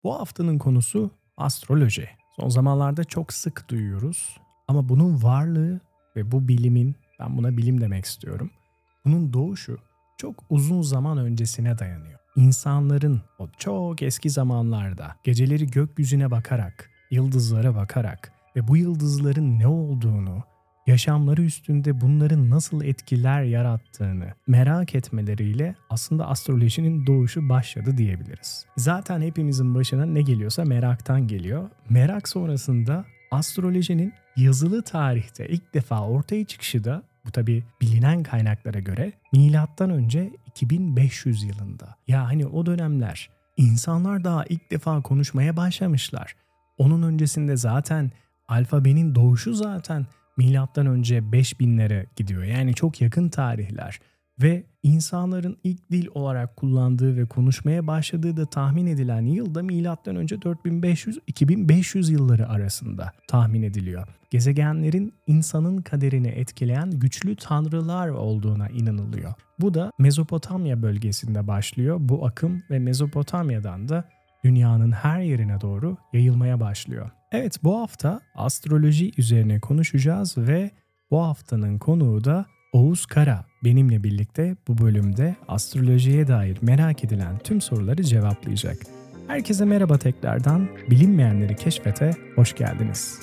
Bu haftanın konusu astroloji. Son zamanlarda çok sık duyuyoruz ama bunun varlığı ve bu bilimin, ben buna bilim demek istiyorum, bunun doğuşu çok uzun zaman öncesine dayanıyor. İnsanların o çok eski zamanlarda geceleri gökyüzüne bakarak, yıldızlara bakarak ve bu yıldızların ne olduğunu, yaşamları üstünde bunların nasıl etkiler yarattığını merak etmeleriyle aslında astrolojinin doğuşu başladı diyebiliriz. Zaten hepimizin başına ne geliyorsa meraktan geliyor. Merak sonrasında astrolojinin yazılı tarihte ilk defa ortaya çıkışı da bu tabi bilinen kaynaklara göre milattan önce 2500 yılında. Ya hani o dönemler insanlar daha ilk defa konuşmaya başlamışlar. Onun öncesinde zaten alfabenin doğuşu zaten milattan önce 5000'lere gidiyor. Yani çok yakın tarihler ve insanların ilk dil olarak kullandığı ve konuşmaya başladığı da tahmin edilen yıl da milattan önce 4500-2500 yılları arasında tahmin ediliyor. Gezegenlerin insanın kaderini etkileyen güçlü tanrılar olduğuna inanılıyor. Bu da Mezopotamya bölgesinde başlıyor bu akım ve Mezopotamya'dan da dünyanın her yerine doğru yayılmaya başlıyor. Evet, bu hafta astroloji üzerine konuşacağız ve bu haftanın konuğu da Oğuz Kara. Benimle birlikte bu bölümde astrolojiye dair merak edilen tüm soruları cevaplayacak. Herkese merhaba tekrardan. Bilinmeyenleri keşfete hoş geldiniz.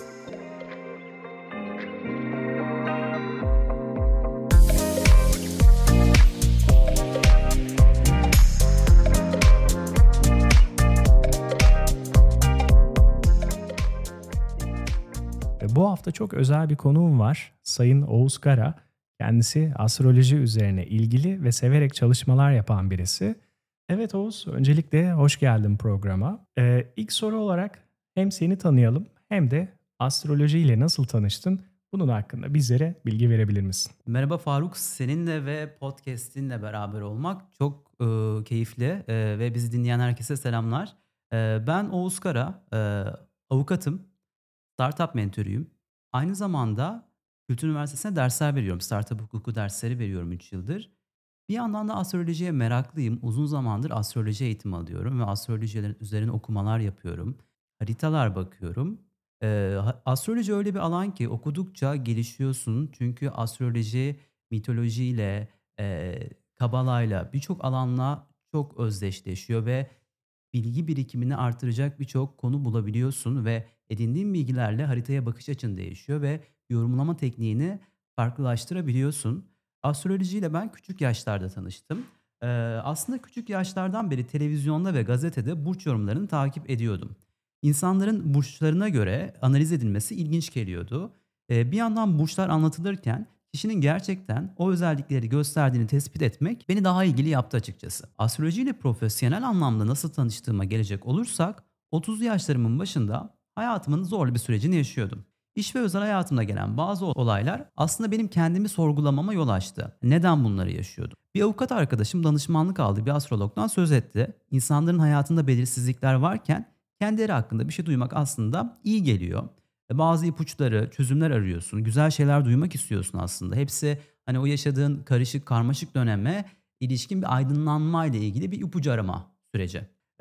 Bu hafta çok özel bir konuğum var. Sayın Oğuz Kara. Kendisi astroloji üzerine ilgili ve severek çalışmalar yapan birisi. Evet Oğuz, öncelikle hoş geldin programa. İlk soru olarak hem seni tanıyalım hem de astrolojiyle nasıl tanıştın? Bunun hakkında bizlere bilgi verebilir misin? Merhaba Faruk, seninle ve podcast'inle beraber olmak çok keyifli ve bizi dinleyen herkese selamlar. Ben Oğuz Kara, avukatım, startup mentörüyüm. Aynı zamanda Kültür Üniversitesi'nde dersler veriyorum, startup hukuku dersleri veriyorum 3 yıldır. Bir yandan da astrolojiye meraklıyım. Uzun zamandır astroloji eğitimi alıyorum ve astroloji üzerine okumalar yapıyorum. Haritalar bakıyorum. Astroloji öyle bir alan ki okudukça gelişiyorsun. Çünkü astroloji mitolojiyle, kabalayla birçok alanla çok özdeşleşiyor ve bilgi birikimini artıracak birçok konu bulabiliyorsun ve edindiğin bilgilerle haritaya bakış açın değişiyor ve yorumlama tekniğini farklılaştırabiliyorsun. Astrolojiyle ben küçük yaşlarda tanıştım. Eee, Aslında küçük yaşlardan beri televizyonda ve gazetede burç yorumlarını takip ediyordum. İnsanların burçlarına göre analiz edilmesi ilginç geliyordu. Bir yandan burçlar anlatılırken kişinin gerçekten o özellikleri gösterdiğini tespit etmek beni daha ilgili yaptı açıkçası. Astrolojiyle profesyonel anlamda nasıl tanıştığıma gelecek olursak 30'lu yaşlarımın başında hayatımın zorlu bir sürecini yaşıyordum. İş ve özel hayatımda gelen bazı olaylar aslında benim kendimi sorgulamama yol açtı. Neden bunları yaşıyordum? Bir avukat arkadaşım danışmanlık aldığı bir astrologdan söz etti. İnsanların hayatında belirsizlikler varken kendileri hakkında bir şey duymak aslında iyi geliyor. Bazı ipuçları, çözümler arıyorsun. Güzel şeyler duymak istiyorsun aslında. Hepsi hani o yaşadığın karışık, karmaşık döneme ilişkin bir aydınlanma ile ilgili bir ipucu arama süreci.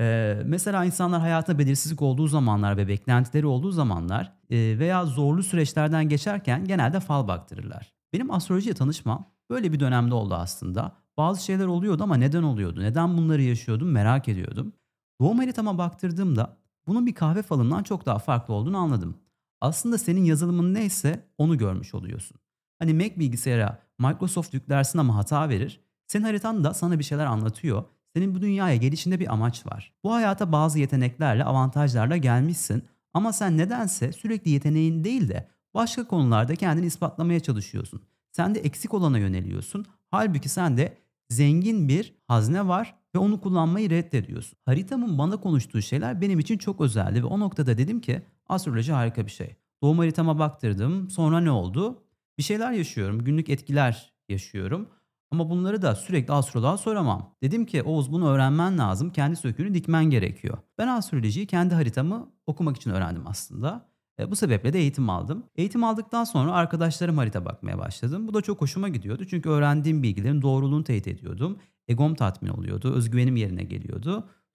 Mesela insanlar hayatında belirsizlik olduğu zamanlar ve beklentileri olduğu zamanlar veya zorlu süreçlerden geçerken genelde fal baktırırlar. Benim astrolojiye tanışmam böyle bir dönemde oldu aslında. Bazı şeyler oluyordu ama neden oluyordu? Neden bunları yaşıyordum merak ediyordum. Doğum haritama baktırdığımda bunun bir kahve falından çok daha farklı olduğunu anladım. Aslında senin yazılımın neyse onu görmüş oluyorsun. Hani Mac bilgisayara Microsoft yüklersin ama hata verir. Senin haritan da sana bir şeyler anlatıyor. Senin bu dünyaya gelişinde bir amaç var. Bu hayata bazı yeteneklerle, avantajlarla gelmişsin. Ama sen nedense sürekli yeteneğin değil de başka konularda kendini ispatlamaya çalışıyorsun. Sen de eksik olana yöneliyorsun. Halbuki sende zengin bir hazne var ve onu kullanmayı reddediyorsun. Haritamın bana konuştuğu şeyler benim için çok özeldi ve o noktada dedim ki astroloji harika bir şey. Doğum haritama baktırdım. Sonra ne oldu? Bir şeyler yaşıyorum. Günlük etkiler yaşıyorum. Ama bunları da sürekli astroloğa soramam. Dedim ki Oğuz bunu öğrenmen lazım. Kendi söküğünü dikmen gerekiyor. Ben astrolojiyi kendi haritamı okumak için öğrendim aslında. Bu sebeple de eğitim aldım. Eğitim aldıktan sonra arkadaşlarım harita bakmaya başladım. Bu da çok hoşuma gidiyordu. Çünkü öğrendiğim bilgilerin doğruluğunu teyit ediyordum. Egom tatmin oluyordu. Özgüvenim yerine geliyordu.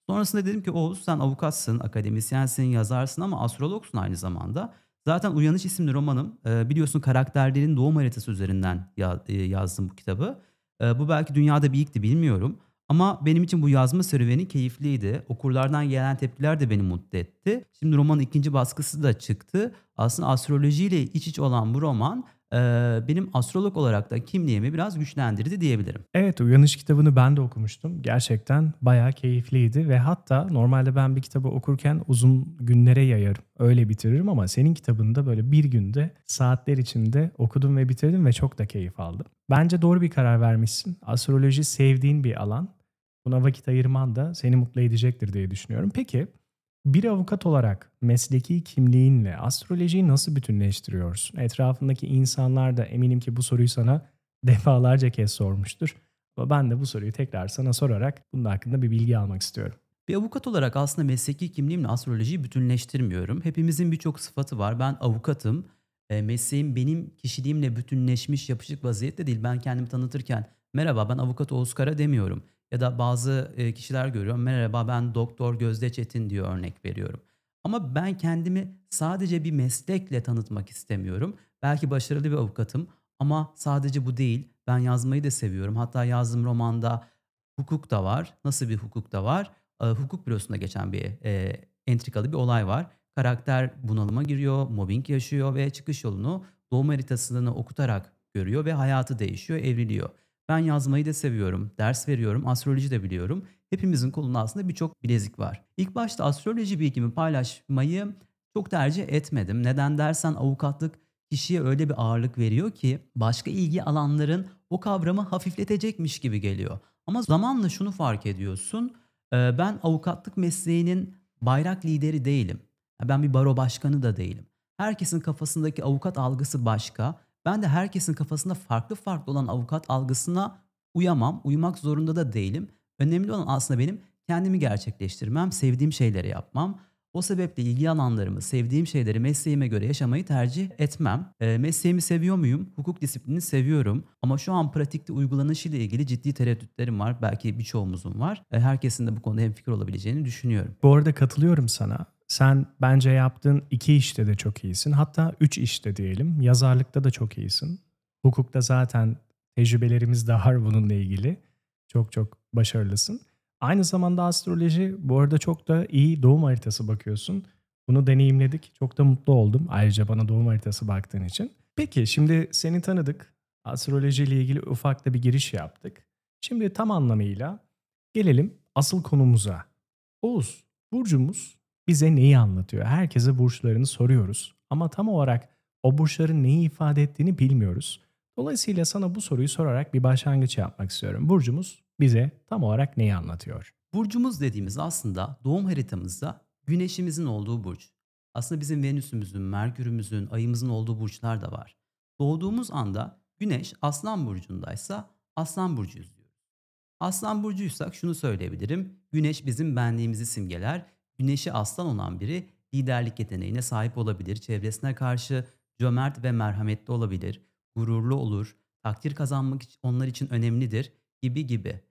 Sonrasında dedim ki Oğuz sen avukatsın, akademisyensin, yazarsın ama astrologsun aynı zamanda. Zaten Uyanış isimli romanım biliyorsun karakterlerin doğum haritası üzerinden yazdım bu kitabı. Bu belki dünyada bir ilkti bilmiyorum. Ama benim için bu yazma serüveni keyifliydi. Okurlardan gelen tepkiler de beni mutlu etti. Şimdi romanın ikinci baskısı da çıktı. Aslında astrolojiyle iç içe olan bu roman benim astrolog olarak da kimliğimi biraz güçlendirdi diyebilirim. Evet, Uyanış kitabını ben de okumuştum. Gerçekten bayağı keyifliydi ve hatta normalde ben bir kitabı okurken uzun günlere yayarım. Öyle bitiririm ama senin kitabında böyle bir günde saatler içinde okudum ve bitirdim ve çok da keyif aldım. Bence doğru bir karar vermişsin. Astroloji sevdiğin bir alan. Buna vakit ayırman da seni mutlu edecektir diye düşünüyorum. Peki bir avukat olarak mesleki kimliğinle astrolojiyi nasıl bütünleştiriyorsun? Etrafındaki insanlar da eminim ki bu soruyu sana defalarca kez sormuştur. Ama ben de bu soruyu tekrar sana sorarak bunun hakkında bir bilgi almak istiyorum. Bir avukat olarak aslında mesleki kimliğimle astrolojiyi bütünleştirmiyorum. Hepimizin birçok sıfatı var. Ben avukatım. Mesleğim benim kişiliğimle bütünleşmiş yapışık vaziyette değil. Ben kendimi tanıtırken merhaba ben avukat Oğuz Kara demiyorum. Ya da bazı kişiler görüyorum. Merhaba ben doktor Gözde Çetin diyor örnek veriyorum. Ama ben kendimi sadece bir meslekle tanıtmak istemiyorum. Belki başarılı bir avukatım ama sadece bu değil. Ben yazmayı da seviyorum. Hatta yazdığım romanda hukuk da var. Nasıl bir hukuk da var? Hukuk bürosunda geçen bir entrikalı bir olay var. Karakter bunalıma giriyor, mobbing yaşıyor ve çıkış yolunu doğum haritasını okutarak görüyor ve hayatı değişiyor, evriliyor. Ben yazmayı da seviyorum, ders veriyorum, astroloji de biliyorum. Hepimizin kolunda aslında birçok bilezik var. İlk başta astroloji bilgimi paylaşmayı çok tercih etmedim. Neden dersen avukatlık kişiye öyle bir ağırlık veriyor ki başka ilgi alanların o kavramı hafifletecekmiş gibi geliyor. Ama zamanla şunu fark ediyorsun. Ben avukatlık mesleğinin bayrak lideri değilim. Ben bir baro başkanı da değilim. Herkesin kafasındaki avukat algısı başka. Ben de herkesin kafasında farklı farklı olan avukat algısına uyamam. Uyumak zorunda da değilim. Önemli olan aslında benim kendimi gerçekleştirmem, sevdiğim şeyleri yapmam. O sebeple ilgi alanlarımı, sevdiğim şeyleri mesleğime göre yaşamayı tercih etmem. Mesleğimi seviyor muyum? Hukuk disiplinini seviyorum. Ama şu an pratikte uygulanışıyla ilgili ciddi tereddütlerim var. Belki birçoğumuzun var. Herkesin de bu konuda hemfikir olabileceğini düşünüyorum. Bu arada katılıyorum sana. Sen bence yaptığın 2 işte de çok iyisin. Hatta 3 işte diyelim. Yazarlıkta da çok iyisin. Hukukta zaten tecrübelerimiz de var bununla ilgili. Çok çok başarılısın. Aynı zamanda astroloji bu arada çok da iyi doğum haritası bakıyorsun. Bunu deneyimledik. Çok da mutlu oldum. Ayrıca bana doğum haritası baktığın için. Peki şimdi seni tanıdık. Astroloji ile ilgili ufak da bir giriş yaptık. Şimdi tam anlamıyla gelelim asıl konumuza. Oğuz, burcumuz bize neyi anlatıyor? Herkese burçlarını soruyoruz ama tam olarak o burçların neyi ifade ettiğini bilmiyoruz. Dolayısıyla sana bu soruyu sorarak bir başlangıç yapmak istiyorum. Burcumuz bize tam olarak neyi anlatıyor? Burcumuz dediğimiz aslında doğum haritamızda güneşimizin olduğu burç. Aslında bizim Venüs'ümüzün, Merkür'ümüzün, ayımızın olduğu burçlar da var. Doğduğumuz anda güneş Aslan burcundaysa Aslan burcuyuz diyoruz. Aslan burcuysak şunu söyleyebilirim. Güneş bizim benliğimizi simgeler. Güneşi aslan olan biri liderlik yeteneğine sahip olabilir. Çevresine karşı cömert ve merhametli olabilir. Gururlu olur. Takdir kazanmak onlar için önemlidir gibi gibi.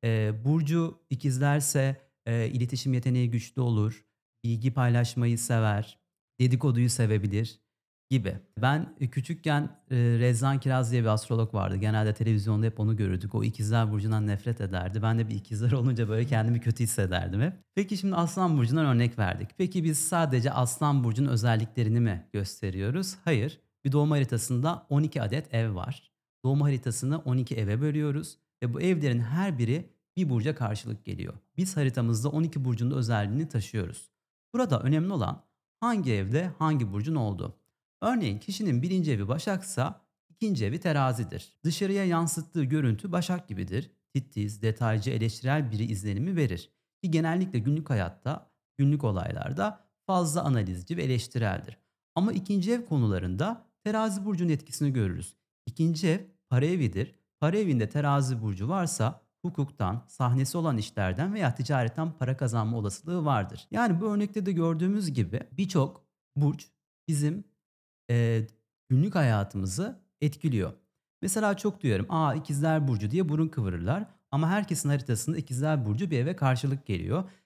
Burcu ikizlerse iletişim yeteneği güçlü olur. Bilgi paylaşmayı sever. Dedikoduyu sevebilir gibi. Ben küçükken Rezan Kiraz diye bir astrolog vardı. Genelde televizyonda hep onu görürdük. O ikizler burcundan nefret ederdi. Ben de bir ikizler olunca böyle kendimi kötü hissederdim hep. Peki şimdi Aslan burcundan örnek verdik. Peki biz sadece Aslan burcunun özelliklerini mi gösteriyoruz? Hayır. Bir doğum haritasında 12 adet ev var. Doğum haritasını 12 eve bölüyoruz ve bu evlerin her biri bir burca karşılık geliyor. Biz haritamızda 12 burcun da özelliğini taşıyoruz. Burada önemli olan hangi evde hangi burcun olduğu. Örneğin kişinin birinci evi Başaksa ikinci evi Terazidir. Dışarıya yansıttığı görüntü Başak gibidir. Titiz, detaycı, eleştirel biri izlenimi verir. Ki genellikle günlük hayatta, günlük olaylarda fazla analizci ve eleştireldir. Ama ikinci ev konularında Terazi burcunun etkisini görürüz. İkinci ev para evidir. Para evinde Terazi burcu varsa hukuktan, sahnesi olan işlerden veya ticaretten para kazanma olasılığı vardır. Yani bu örnekte de gördüğümüz gibi birçok burç bizim Eee, günlük hayatımızı etkiliyor. Mesela çok duyarım, "A, ikizler burcu." diye burun kıvırırlar ama herkesin haritasında ikizler burcu bir eve karşılık geliyor.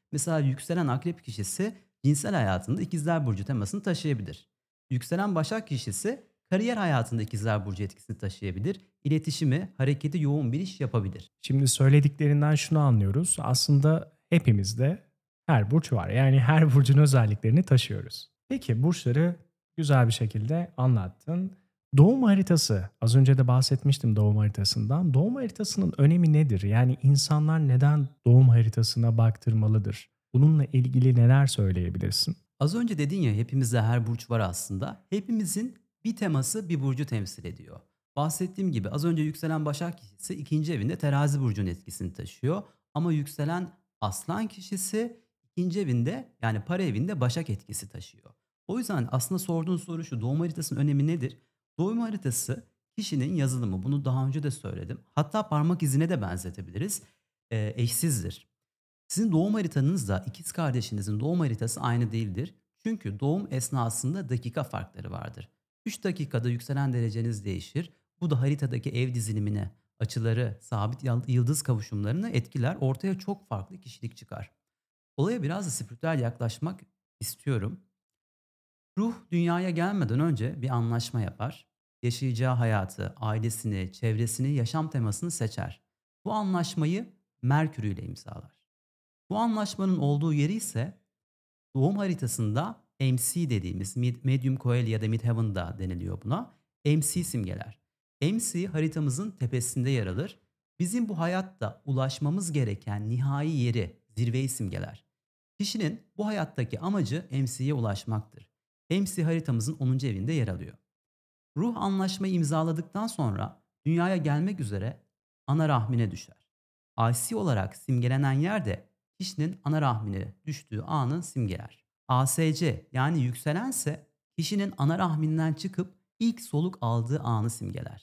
Mesela yükselen akrep kişisi cinsel hayatında ikizler burcu temasını taşıyabilir. Yükselen başak kişisi kariyer hayatında ikizler burcu etkisini taşıyabilir. İletişimi, hareketi yoğun bir iş yapabilir. Şimdi söylediklerinden şunu anlıyoruz. Aslında hepimizde her burç var. Yani her burcun özelliklerini taşıyoruz. Peki burçları güzel bir şekilde anlattın. Doğum haritası, az önce de bahsetmiştim doğum haritasından. Doğum haritasının önemi nedir? Yani insanlar neden doğum haritasına baktırmalıdır? Bununla ilgili neler söyleyebilirsin? Az önce dedin ya hepimizde her burç var aslında. Hepimizin bir teması bir burcu temsil ediyor. Bahsettiğim gibi az önce yükselen başak kişisi ikinci evinde terazi burcunun etkisini taşıyor. Ama yükselen aslan kişisi ikinci evinde yani para evinde başak etkisi taşıyor. O yüzden aslında sorduğun soru şu, doğum haritasının önemi nedir? Doğum haritası kişinin yazılımı, bunu daha önce de söyledim. Hatta parmak izine de benzetebiliriz. Eşsizdir. Sizin doğum haritanızla ikiz kardeşinizin doğum haritası aynı değildir. Çünkü doğum esnasında dakika farkları vardır. 3 dakikada yükselen dereceniz değişir. Bu da haritadaki ev dizilimine, açıları, sabit yıldız kavuşumlarını etkiler. Ortaya çok farklı kişilik çıkar. Olaya biraz da spiritüel yaklaşmak istiyorum. Ruh dünyaya gelmeden önce bir anlaşma yapar. Yaşayacağı hayatı, ailesini, çevresini, yaşam temasını seçer. Bu anlaşmayı Merkür ile imzalar. Bu anlaşmanın olduğu yeri ise doğum haritasında MC dediğimiz Medium Coeli ya da Midheaven'da deniliyor buna. MC simgeler. MC haritamızın tepesinde yer alır. Bizim bu hayatta ulaşmamız gereken nihai yeri, zirveyi simgeler. Kişinin bu hayattaki amacı MC'ye ulaşmaktır. MC haritamızın 10. evinde yer alıyor. Ruh anlaşmayı imzaladıktan sonra dünyaya gelmek üzere ana rahmine düşer. IC olarak simgelenen yer de kişinin ana rahmine düştüğü anı simgeler. ASC yani yükselense kişinin ana rahminden çıkıp ilk soluk aldığı anı simgeler.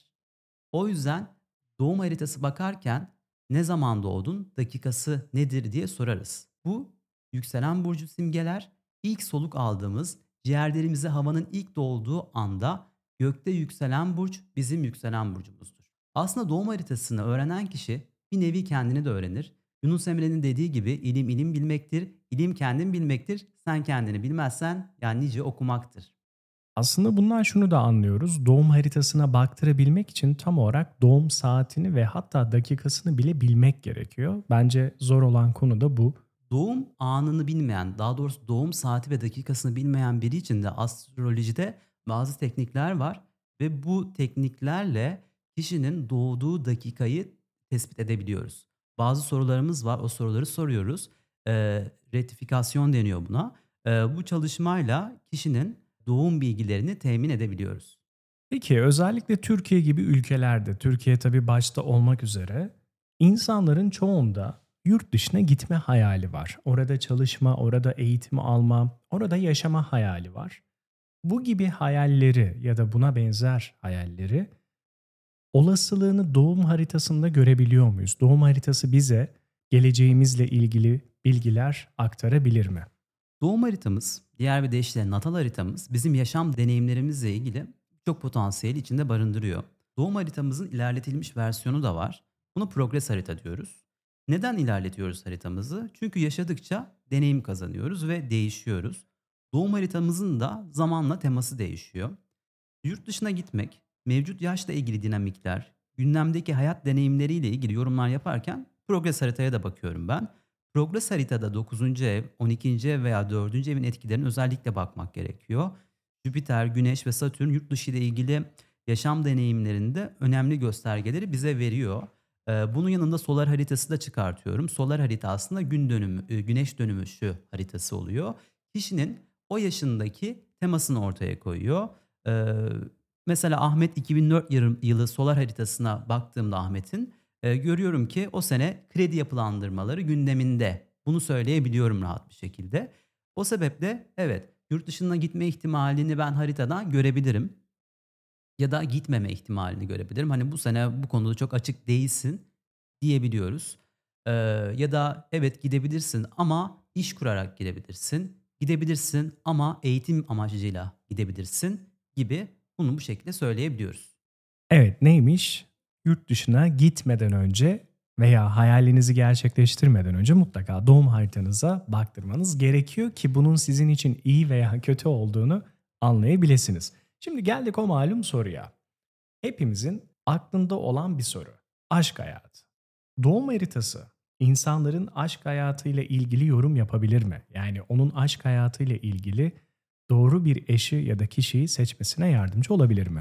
O yüzden doğum haritası bakarken ne zaman doğdun, dakikası nedir diye sorarız. Bu yükselen burcu simgeler, ilk soluk aldığımız, ciğerlerimize havanın ilk dolduğu anda gökte yükselen burç bizim yükselen burcumuzdur. Aslında doğum haritasını öğrenen kişi bir nevi kendini de öğrenir. Yunus Emre'nin dediği gibi ilim ilim bilmektir, ilim kendin bilmektir, sen kendini bilmezsen yani nice okumaktır. Aslında bundan şunu da anlıyoruz. Doğum haritasına baktırabilmek için tam olarak doğum saatini ve hatta dakikasını bile bilmek gerekiyor. Bence zor olan konu da bu. Doğum anını bilmeyen, daha doğrusu doğum saati ve dakikasını bilmeyen biri için de astrolojide bazı teknikler var ve bu tekniklerle kişinin doğduğu dakikayı tespit edebiliyoruz. Bazı sorularımız var, o soruları soruyoruz. Retifikasyon deniyor buna. Bu çalışmayla kişinin doğum bilgilerini temin edebiliyoruz. Peki özellikle Türkiye gibi ülkelerde, Türkiye tabii başta olmak üzere insanların çoğunda yurt dışına gitme hayali var. Orada çalışma, orada eğitim alma, orada yaşama hayali var. Bu gibi hayalleri ya da buna benzer hayalleri olasılığını doğum haritasında görebiliyor muyuz? Doğum haritası bize geleceğimizle ilgili bilgiler aktarabilir mi? Doğum haritamız, diğer bir deyişle natal haritamız bizim yaşam deneyimlerimizle ilgili çok potansiyeli içinde barındırıyor. Doğum haritamızın ilerletilmiş versiyonu da var. Buna progres harita diyoruz. Neden ilerletiyoruz haritamızı? Çünkü yaşadıkça deneyim kazanıyoruz ve değişiyoruz. Doğum haritamızın da zamanla teması değişiyor. Yurt dışına gitmek, mevcut yaşla ilgili dinamikler, gündemdeki hayat deneyimleriyle ilgili yorumlar yaparken progres haritaya da bakıyorum ben. Progres haritada 9. ev, 12. ev veya 4. evin etkilerine özellikle bakmak gerekiyor. Jüpiter, Güneş ve Satürn yurt dışı ile ilgili yaşam deneyimlerinde önemli göstergeleri bize veriyor. Bunun yanında solar haritası da çıkartıyorum. Solar harita aslında gün dönümü, güneş dönümü şu haritası oluyor. Kişinin o yaşındaki temasını ortaya koyuyor. Eee, Mesela Ahmet 2004 yılı solar haritasına baktığımda Ahmet'in görüyorum ki o sene kredi yapılandırmaları gündeminde. Bunu söyleyebiliyorum rahat bir şekilde. O sebeple evet yurt dışına gitme ihtimalini ben haritadan görebilirim ya da gitmeme ihtimalini görebilirim. Hani bu sene bu konuda çok açık değilsin diyebiliyoruz. Eee, Ya da evet gidebilirsin ama iş kurarak gidebilirsin. Gidebilirsin ama eğitim amacıyla gidebilirsin gibi bunu bu şekilde söyleyebiliyoruz. Evet, neymiş? Yurt dışına gitmeden önce veya hayalinizi gerçekleştirmeden önce mutlaka doğum haritanıza baktırmanız gerekiyor ki bunun sizin için iyi veya kötü olduğunu anlayabilirsiniz. Şimdi geldik o malum soruya. Hepimizin aklında olan bir soru. Aşk hayatı. Doğum haritası insanların aşk hayatıyla ilgili yorum yapabilir mi? Yani onun aşk hayatıyla ilgili doğru bir eşi ya da kişiyi seçmesine yardımcı olabilir mi?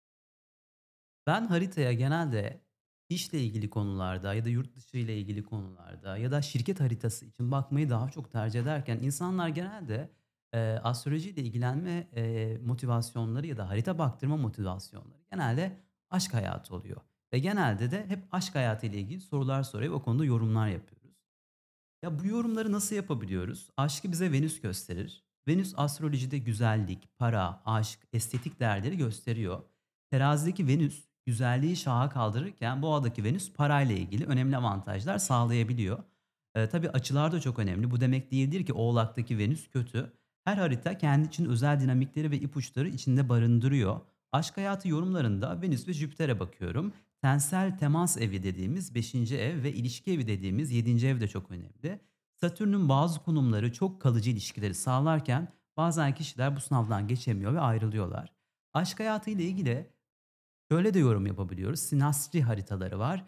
Ben haritaya genelde işle ilgili konularda ya da yurt dışı ile ilgili konularda ya da şirket haritası için bakmayı daha çok tercih ederken insanlar genelde astrolojiyle ilgilenme motivasyonları ya da harita baktırma motivasyonları genelde aşk hayatı oluyor. Ve genelde de hep aşk hayatı ile ilgili sorular soruyor ve o konuda yorumlar yapıyoruz. Ya bu yorumları nasıl yapabiliyoruz? Aşkı bize Venüs gösterir. Venüs astrolojide güzellik, para, aşk, estetik değerleri gösteriyor. Terazideki Venüs güzelliği şaha kaldırırken boğadaki Venüs parayla ilgili önemli avantajlar sağlayabiliyor. Tabii açılar da çok önemli. Bu demek değildir ki Oğlak'taki Venüs kötü. Her harita kendi için özel dinamikleri ve ipuçları içinde barındırıyor. Aşk hayatı yorumlarında Venüs ve Jüpiter'e bakıyorum. Tensel temas evi dediğimiz beşinci ev ve ilişki evi dediğimiz yedinci ev de çok önemli. Satürn'ün bazı konumları çok kalıcı ilişkileri sağlarken bazen kişiler bu sınavdan geçemiyor ve ayrılıyorlar. Aşk hayatı ile ilgili şöyle de yorum yapabiliyoruz. Sinastri haritaları var.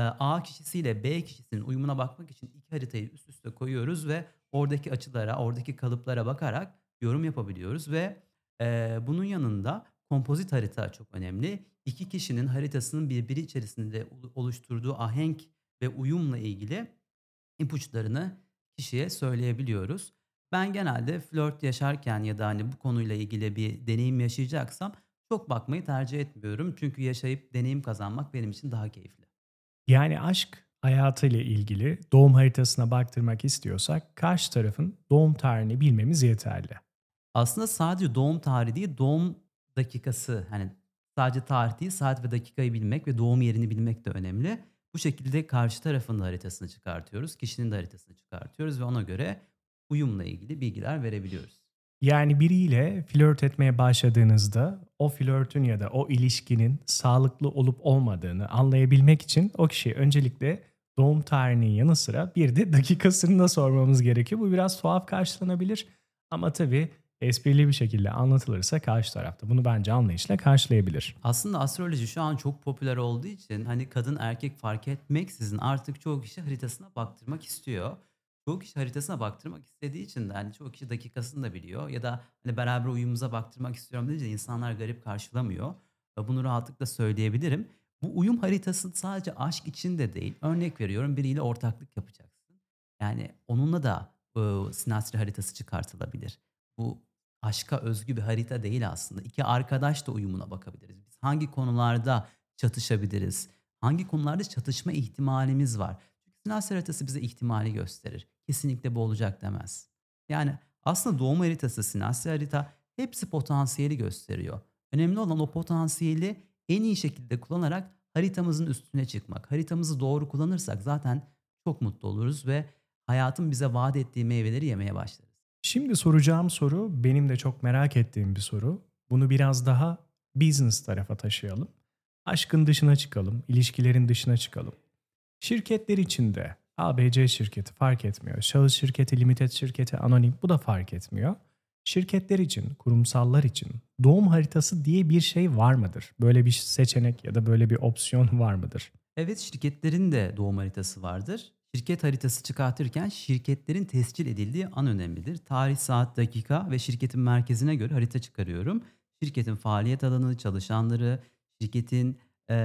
A kişisiyle B kişisinin uyumuna bakmak için iki haritayı üst üste koyuyoruz ve oradaki açılara, oradaki kalıplara bakarak yorum yapabiliyoruz ve bunun yanında kompozit harita çok önemli. İki kişinin haritasının birbiri içerisinde oluşturduğu ahenk ve uyumla ilgili ipuçlarını kişiye söyleyebiliyoruz. Ben genelde flört yaşarken ya da hani bu konuyla ilgili bir deneyim yaşayacaksam çok bakmayı tercih etmiyorum. Çünkü yaşayıp deneyim kazanmak benim için daha keyifli. Yani aşk hayatıyla ilgili doğum haritasına baktırmak istiyorsak karşı tarafın doğum tarihini bilmemiz yeterli. Aslında sadece doğum tarihi değil, doğum dakikası, hani sadece tarih değil, saat ve dakikayı bilmek ve doğum yerini bilmek de önemli. Bu şekilde karşı tarafın da haritasını çıkartıyoruz, kişinin de haritasını çıkartıyoruz ve ona göre uyumla ilgili bilgiler verebiliyoruz. Yani biriyle flört etmeye başladığınızda o flörtün ya da o ilişkinin sağlıklı olup olmadığını anlayabilmek için o kişiye öncelikle doğum tarihinin yanı sıra bir de dakikasını da sormamız gerekiyor. Bu biraz tuhaf karşılanabilir ama tabii esprili bir şekilde anlatılırsa karşı tarafta bunu bence anlayışla karşılayabilir. Aslında astroloji şu an çok popüler olduğu için hani kadın erkek fark etmeksizin artık çoğu kişi haritasına baktırmak istiyor. Çoğu kişi haritasına baktırmak istediği için de hani çoğu kişi dakikasını da biliyor ya da hani beraber uyumumuza baktırmak istiyorum deyince insanlar garip karşılamıyor. Bunu rahatlıkla söyleyebilirim. Bu uyum haritası sadece aşk için de değil. Örnek veriyorum, biriyle ortaklık yapacaksın. Yani onunla da sinastri haritası çıkartılabilir. Bu aşka özgü bir harita değil aslında. İki arkadaş da uyumuna bakabiliriz. Biz hangi konularda çatışabiliriz? Hangi konularda çatışma ihtimalimiz var? Çünkü sinastri haritası bize ihtimali gösterir. Kesinlikle bu olacak demez. Yani aslında doğum haritası, sinastri harita hepsi potansiyeli gösteriyor. Önemli olan o potansiyeli en iyi şekilde kullanarak haritamızın üstüne çıkmak. Haritamızı doğru kullanırsak zaten çok mutlu oluruz ve hayatın bize vaat ettiği meyveleri yemeye başlarız. Şimdi soracağım soru benim de çok merak ettiğim bir soru. Bunu biraz daha business tarafa taşıyalım. Aşkın dışına çıkalım, ilişkilerin dışına çıkalım. Şirketler içinde ABC şirketi fark etmiyor. Şahıs şirketi, limited şirketi, anonim bu da fark etmiyor. Şirketler için, kurumsallar için doğum haritası diye bir şey var mıdır? Böyle bir seçenek ya da böyle bir opsiyon var mıdır? Evet, şirketlerin de doğum haritası vardır. Şirket haritası çıkartırken şirketlerin tescil edildiği an önemlidir. Tarih, saat, dakika ve şirketin merkezine göre harita çıkarıyorum. Şirketin faaliyet alanı, çalışanları, şirketin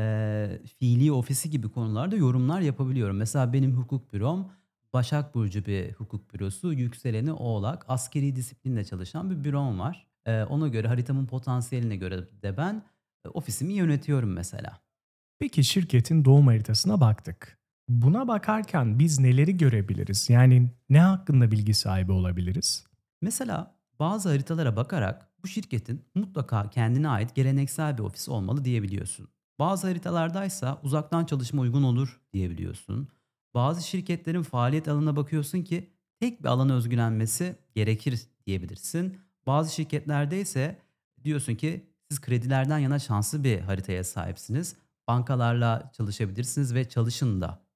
fiili ofisi gibi konularda yorumlar yapabiliyorum. Mesela benim hukuk bürom Başak Burcu bir hukuk bürosu, yükseleni Oğlak, askeri disiplinle çalışan bir bürom var. Ona göre haritamın potansiyeline göre de ben ofisimi yönetiyorum mesela. Peki şirketin doğum haritasına baktık. Buna bakarken biz neleri görebiliriz? Yani ne hakkında bilgi sahibi olabiliriz? Mesela bazı haritalara bakarak bu şirketin mutlaka kendine ait geleneksel bir ofisi olmalı diyebiliyorsun. Bazı haritalardaysa uzaktan çalışma uygun olur diyebiliyorsun. Bazı şirketlerin faaliyet alanına bakıyorsun ki tek bir alana özgülenmesi gerekir diyebilirsin. Bazı şirketlerde ise diyorsun ki siz kredilerden yana şanslı bir haritaya sahipsiniz. Bankalarla çalışabilirsiniz ve çalışın da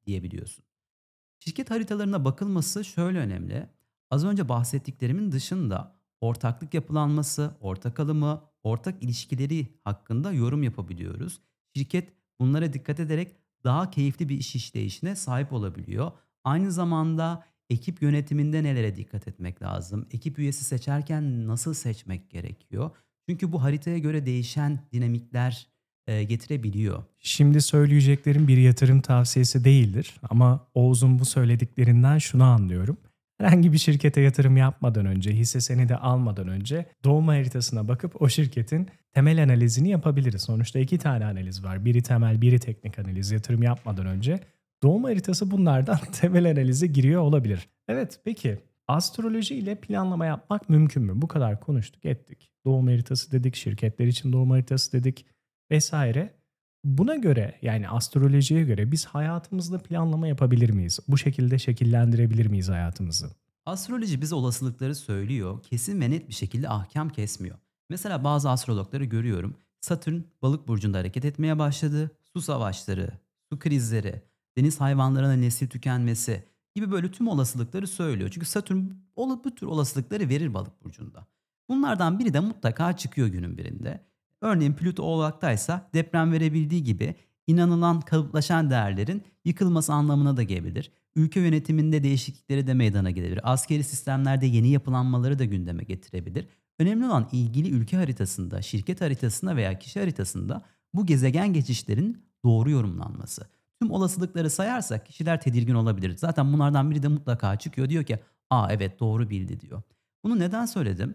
diyebiliyorsun. Şirket haritalarına bakılması şöyle önemli. Az önce bahsettiklerimin dışında ortaklık yapılanması, ortak alımı, ortak ilişkileri hakkında yorum yapabiliyoruz. Şirket bunlara dikkat ederek daha keyifli bir iş işleyişine sahip olabiliyor. Aynı zamanda ekip yönetiminde nelere dikkat etmek lazım? Ekip üyesi seçerken nasıl seçmek gerekiyor? Çünkü bu haritaya göre değişen dinamikler getirebiliyor. Şimdi söyleyeceklerim bir yatırım tavsiyesi değildir ama Oğuz'un bu söylediklerinden şunu anlıyorum. Herhangi bir şirkete yatırım yapmadan önce, hisse senedi almadan önce doğum haritasına bakıp o şirketin temel analizini yapabiliriz. Sonuçta iki tane analiz var. Biri temel, biri teknik analiz. Yatırım yapmadan önce doğum haritası bunlardan temel analize giriyor olabilir. Evet, peki astroloji ile planlama yapmak mümkün mü? Bu kadar konuştuk, ettik. Doğum haritası dedik, şirketler için doğum haritası dedik vesaire. Buna göre yani astrolojiye göre biz hayatımızda planlama yapabilir miyiz? Bu şekilde şekillendirebilir miyiz hayatımızı? Astroloji bize olasılıkları söylüyor, kesin ve net bir şekilde ahkam kesmiyor. Mesela bazı astrologları görüyorum. Satürn balık burcunda hareket etmeye başladı. Su savaşları, su krizleri, deniz hayvanlarının nesil tükenmesi gibi böyle tüm olasılıkları söylüyor. Çünkü Satürn bu tür olasılıkları verir balık burcunda. Bunlardan biri de mutlaka çıkıyor günün birinde. Örneğin Plüto Oğlak'taysa deprem verebildiği gibi inanılan kalıplaşan değerlerin yıkılması anlamına da gelebilir. Ülke yönetiminde değişiklikleri de meydana gelebilir. Askeri sistemlerde yeni yapılanmaları da gündeme getirebilir. Önemli olan ilgili ülke haritasında, şirket haritasında veya kişi haritasında bu gezegen geçişlerin doğru yorumlanması. Tüm olasılıkları sayarsak kişiler tedirgin olabilir. Zaten bunlardan biri de mutlaka çıkıyor. Diyor ki, evet doğru bildi diyor. Bunu neden söyledim?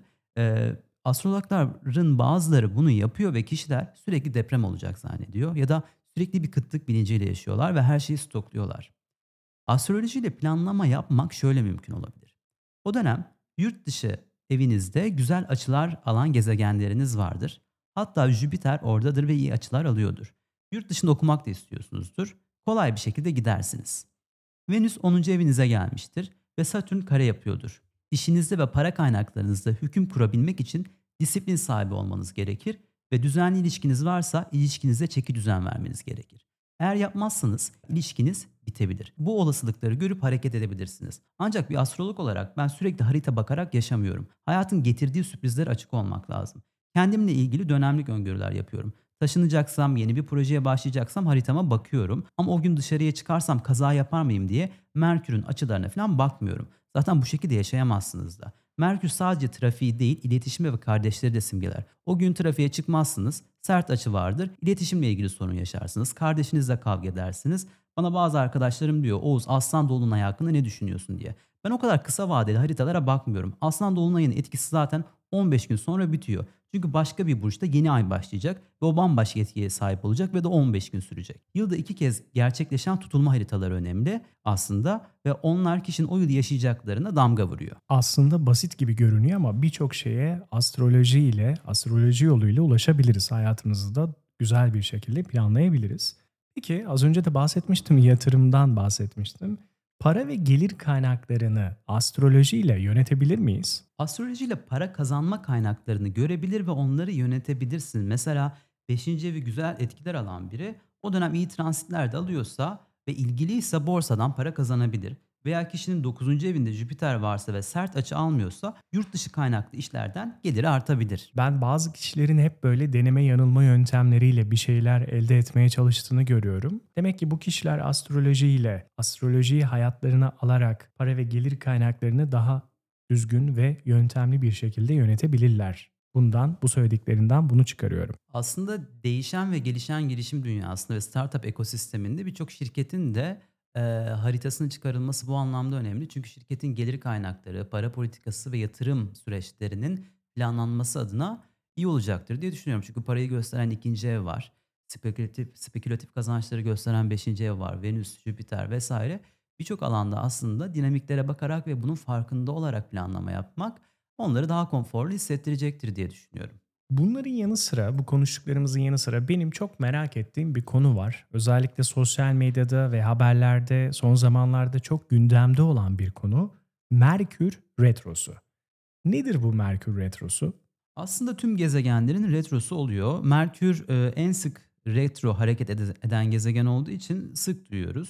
Astrologların bazıları bunu yapıyor ve kişiler sürekli deprem olacak zannediyor. Ya da sürekli bir kıtlık bilinciyle yaşıyorlar ve her şeyi stokluyorlar. Astrolojiyle planlama yapmak şöyle mümkün olabilir. O dönem yurt dışı evinizde güzel açılar alan gezegenleriniz vardır. Hatta Jüpiter oradadır ve iyi açılar alıyordur. Yurt dışında okumak da istiyorsunuzdur. Kolay bir şekilde gidersiniz. Venüs 10. evinize gelmiştir ve Satürn kare yapıyordur. İşinizde ve para kaynaklarınızda hüküm kurabilmek için disiplin sahibi olmanız gerekir ve düzenli ilişkiniz varsa ilişkinize çeki düzen vermeniz gerekir. Eğer yapmazsanız ilişkiniz bitebilir. Bu olasılıkları görüp hareket edebilirsiniz. Ancak bir astrolog olarak ben sürekli harita bakarak yaşamıyorum. Hayatın getirdiği sürprizlere açık olmak lazım. Kendimle ilgili dönemlik öngörüler yapıyorum. Taşınacaksam, yeni bir projeye başlayacaksam haritama bakıyorum. Ama o gün dışarıya çıkarsam kaza yapar mıyım diye Merkür'ün açılarına falan bakmıyorum. Zaten bu şekilde yaşayamazsınız da. Merkür sadece trafiği değil, iletişimi ve kardeşleri de simgeler. O gün trafiğe çıkmazsınız, sert açı vardır, iletişimle ilgili sorun yaşarsınız, kardeşinizle kavga edersiniz. Bana bazı arkadaşlarım diyor, Oğuz Aslan Dolunay hakkında ne düşünüyorsun diye. Ben o kadar kısa vadeli haritalara bakmıyorum. Aslan Dolunay'ın etkisi zaten 15 gün sonra bitiyor. Çünkü başka bir burçta yeni ay başlayacak ve o bambaşka etkiye sahip olacak ve de 15 gün sürecek. Yılda 2 kez gerçekleşen tutulma haritaları önemli aslında ve onlar kişinin o yıl yaşayacaklarına damga vuruyor. Aslında basit gibi görünüyor ama birçok şeye astroloji yoluyla ulaşabiliriz. Hayatımızı da güzel bir şekilde planlayabiliriz. Peki az önce de bahsetmiştim, yatırımdan bahsetmiştim. Para ve gelir kaynaklarını astrolojiyle yönetebilir miyiz? Astrolojiyle para kazanma kaynaklarını görebilir ve onları yönetebilirsin. Mesela 5. evi güzel etkiler alan biri o dönem iyi transitler de alıyorsa ve ilgiliyse borsadan para kazanabilir. Veya kişinin 9. evinde Jüpiter varsa ve sert açı almıyorsa yurt dışı kaynaklı işlerden geliri artabilir. Ben bazı kişilerin hep böyle deneme yanılma yöntemleriyle bir şeyler elde etmeye çalıştığını görüyorum. Demek ki bu kişiler astrolojiyi hayatlarına alarak para ve gelir kaynaklarını daha düzgün ve yöntemli bir şekilde yönetebilirler. Bu söylediklerinden bunu çıkarıyorum. Aslında değişen ve gelişen girişim dünyasında ve startup ekosisteminde birçok şirketin de haritasının çıkarılması bu anlamda önemli. Çünkü şirketin gelir kaynakları, para politikası ve yatırım süreçlerinin planlanması adına iyi olacaktır diye düşünüyorum. Çünkü parayı gösteren ikinci ev var. Spekülatif kazançları gösteren beşinci ev var. Venüs, Jüpiter vesaire. Birçok alanda aslında dinamiklere bakarak ve bunun farkında olarak planlama yapmak onları daha konforlu hissettirecektir diye düşünüyorum. Bunların yanı sıra, bu konuştuklarımızın yanı sıra benim çok merak ettiğim bir konu var. Özellikle sosyal medyada ve haberlerde son zamanlarda çok gündemde olan bir konu. Merkür Retrosu. Nedir bu Merkür Retrosu? Aslında tüm gezegenlerin retrosu oluyor. Merkür en sık retro hareket eden gezegen olduğu için sık duyuyoruz.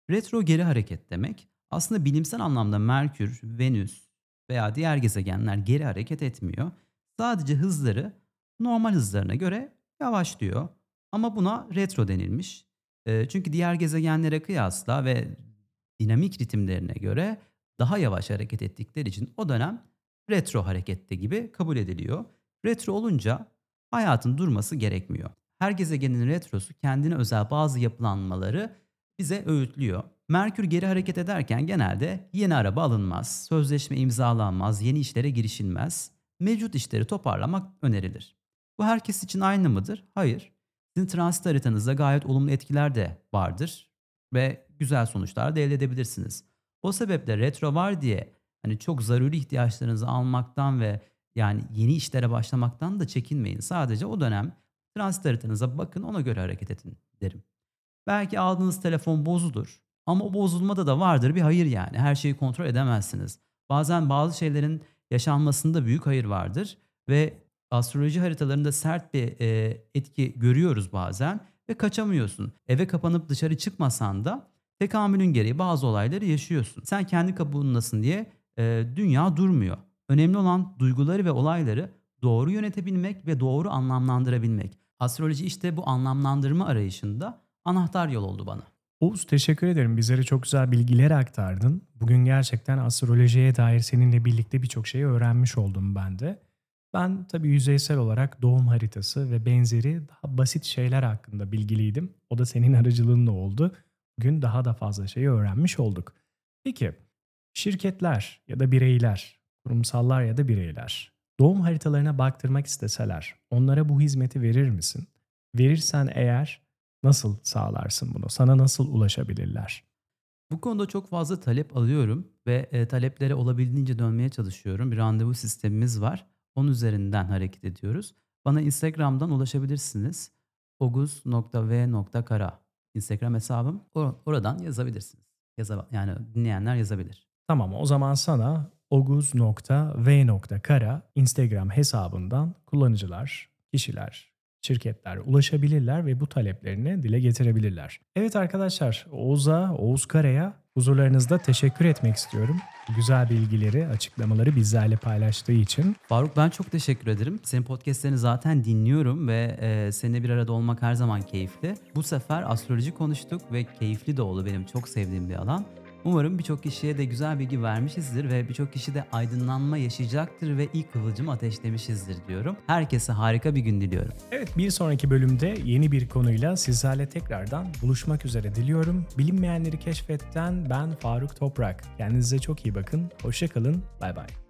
Retro geri hareket demek. Aslında bilimsel anlamda Merkür, Venüs veya diğer gezegenler geri hareket etmiyor. Sadece hızları normal hızlarına göre yavaşlıyor. Ama buna retro denilmiş. Çünkü diğer gezegenlere kıyasla ve dinamik ritimlerine göre daha yavaş hareket ettikleri için o dönem retro harekette gibi kabul ediliyor. Retro olunca hayatın durması gerekmiyor. Her gezegenin retrosu kendine özel bazı yapılanmaları bize öğütlüyor. Merkür geri hareket ederken genelde yeni araba alınmaz, sözleşme imzalanmaz, yeni işlere girişilmez. Mevcut işleri toparlamak önerilir. Bu herkes için aynı mıdır? Hayır. Sizin transit haritanızda gayet olumlu etkiler de vardır ve güzel sonuçlar da elde edebilirsiniz. O sebeple retro var diye hani çok zaruri ihtiyaçlarınızı almaktan ve yani yeni işlere başlamaktan da çekinmeyin. Sadece o dönem transit haritanıza bakın, ona göre hareket edin derim. Belki aldığınız telefon bozulur ama o bozulmada da vardır bir hayır yani. Her şeyi kontrol edemezsiniz. Bazen bazı şeylerin yaşanmasında büyük hayır vardır ve astroloji haritalarında sert bir etki görüyoruz bazen ve kaçamıyorsun. Eve kapanıp dışarı çıkmasan da tekamülün gereği bazı olayları yaşıyorsun. Sen kendi kabuğundasın diye dünya durmuyor. Önemli olan duyguları ve olayları doğru yönetebilmek ve doğru anlamlandırabilmek. Astroloji işte bu anlamlandırma arayışında anahtar yol oldu bana. Oğuz, teşekkür ederim. Bizlere çok güzel bilgiler aktardın. Bugün gerçekten astrolojiye dair seninle birlikte birçok şeyi öğrenmiş oldum ben de. Ben tabii yüzeysel olarak doğum haritası ve benzeri daha basit şeyler hakkında bilgiliydim. O da senin aracılığınla oldu. Bugün daha da fazla şeyi öğrenmiş olduk. Peki, şirketler ya da bireyler, kurumsallar ya da bireyler doğum haritalarına baktırmak isteseler onlara bu hizmeti verir misin? Verirsen eğer nasıl sağlarsın bunu? Sana nasıl ulaşabilirler? Bu konuda çok fazla talep alıyorum ve taleplere olabildiğince dönmeye çalışıyorum. Bir randevu sistemimiz var. Onun üzerinden hareket ediyoruz. Bana Instagram'dan ulaşabilirsiniz. oguz.v.kara Instagram hesabım. Oradan yazabilirsiniz. Yani dinleyenler yazabilir. Tamam, o zaman sana oguz.v.kara Instagram hesabından kullanıcılar, kişiler, şirketler ulaşabilirler ve bu taleplerini dile getirebilirler. Evet arkadaşlar, Oğuz Kara'ya huzurlarınızda teşekkür etmek istiyorum. Güzel bilgileri, açıklamaları bizlerle paylaştığı için. Faruk, ben çok teşekkür ederim. Senin podcastlerini zaten dinliyorum ve seninle bir arada olmak her zaman keyifli. Bu sefer astroloji konuştuk ve keyifli de oldu, benim çok sevdiğim bir alan. Umarım birçok kişiye de güzel bilgi vermişizdir ve birçok kişi de aydınlanma yaşayacaktır ve ilk kıvılcımı ateşlemişizdir diyorum. Herkese harika bir gün diliyorum. Evet, bir sonraki bölümde yeni bir konuyla sizlerle tekrardan buluşmak üzere diliyorum. Bilinmeyenleri keşfetten ben Faruk Toprak. Kendinize çok iyi bakın. Hoşça kalın. Bay bay.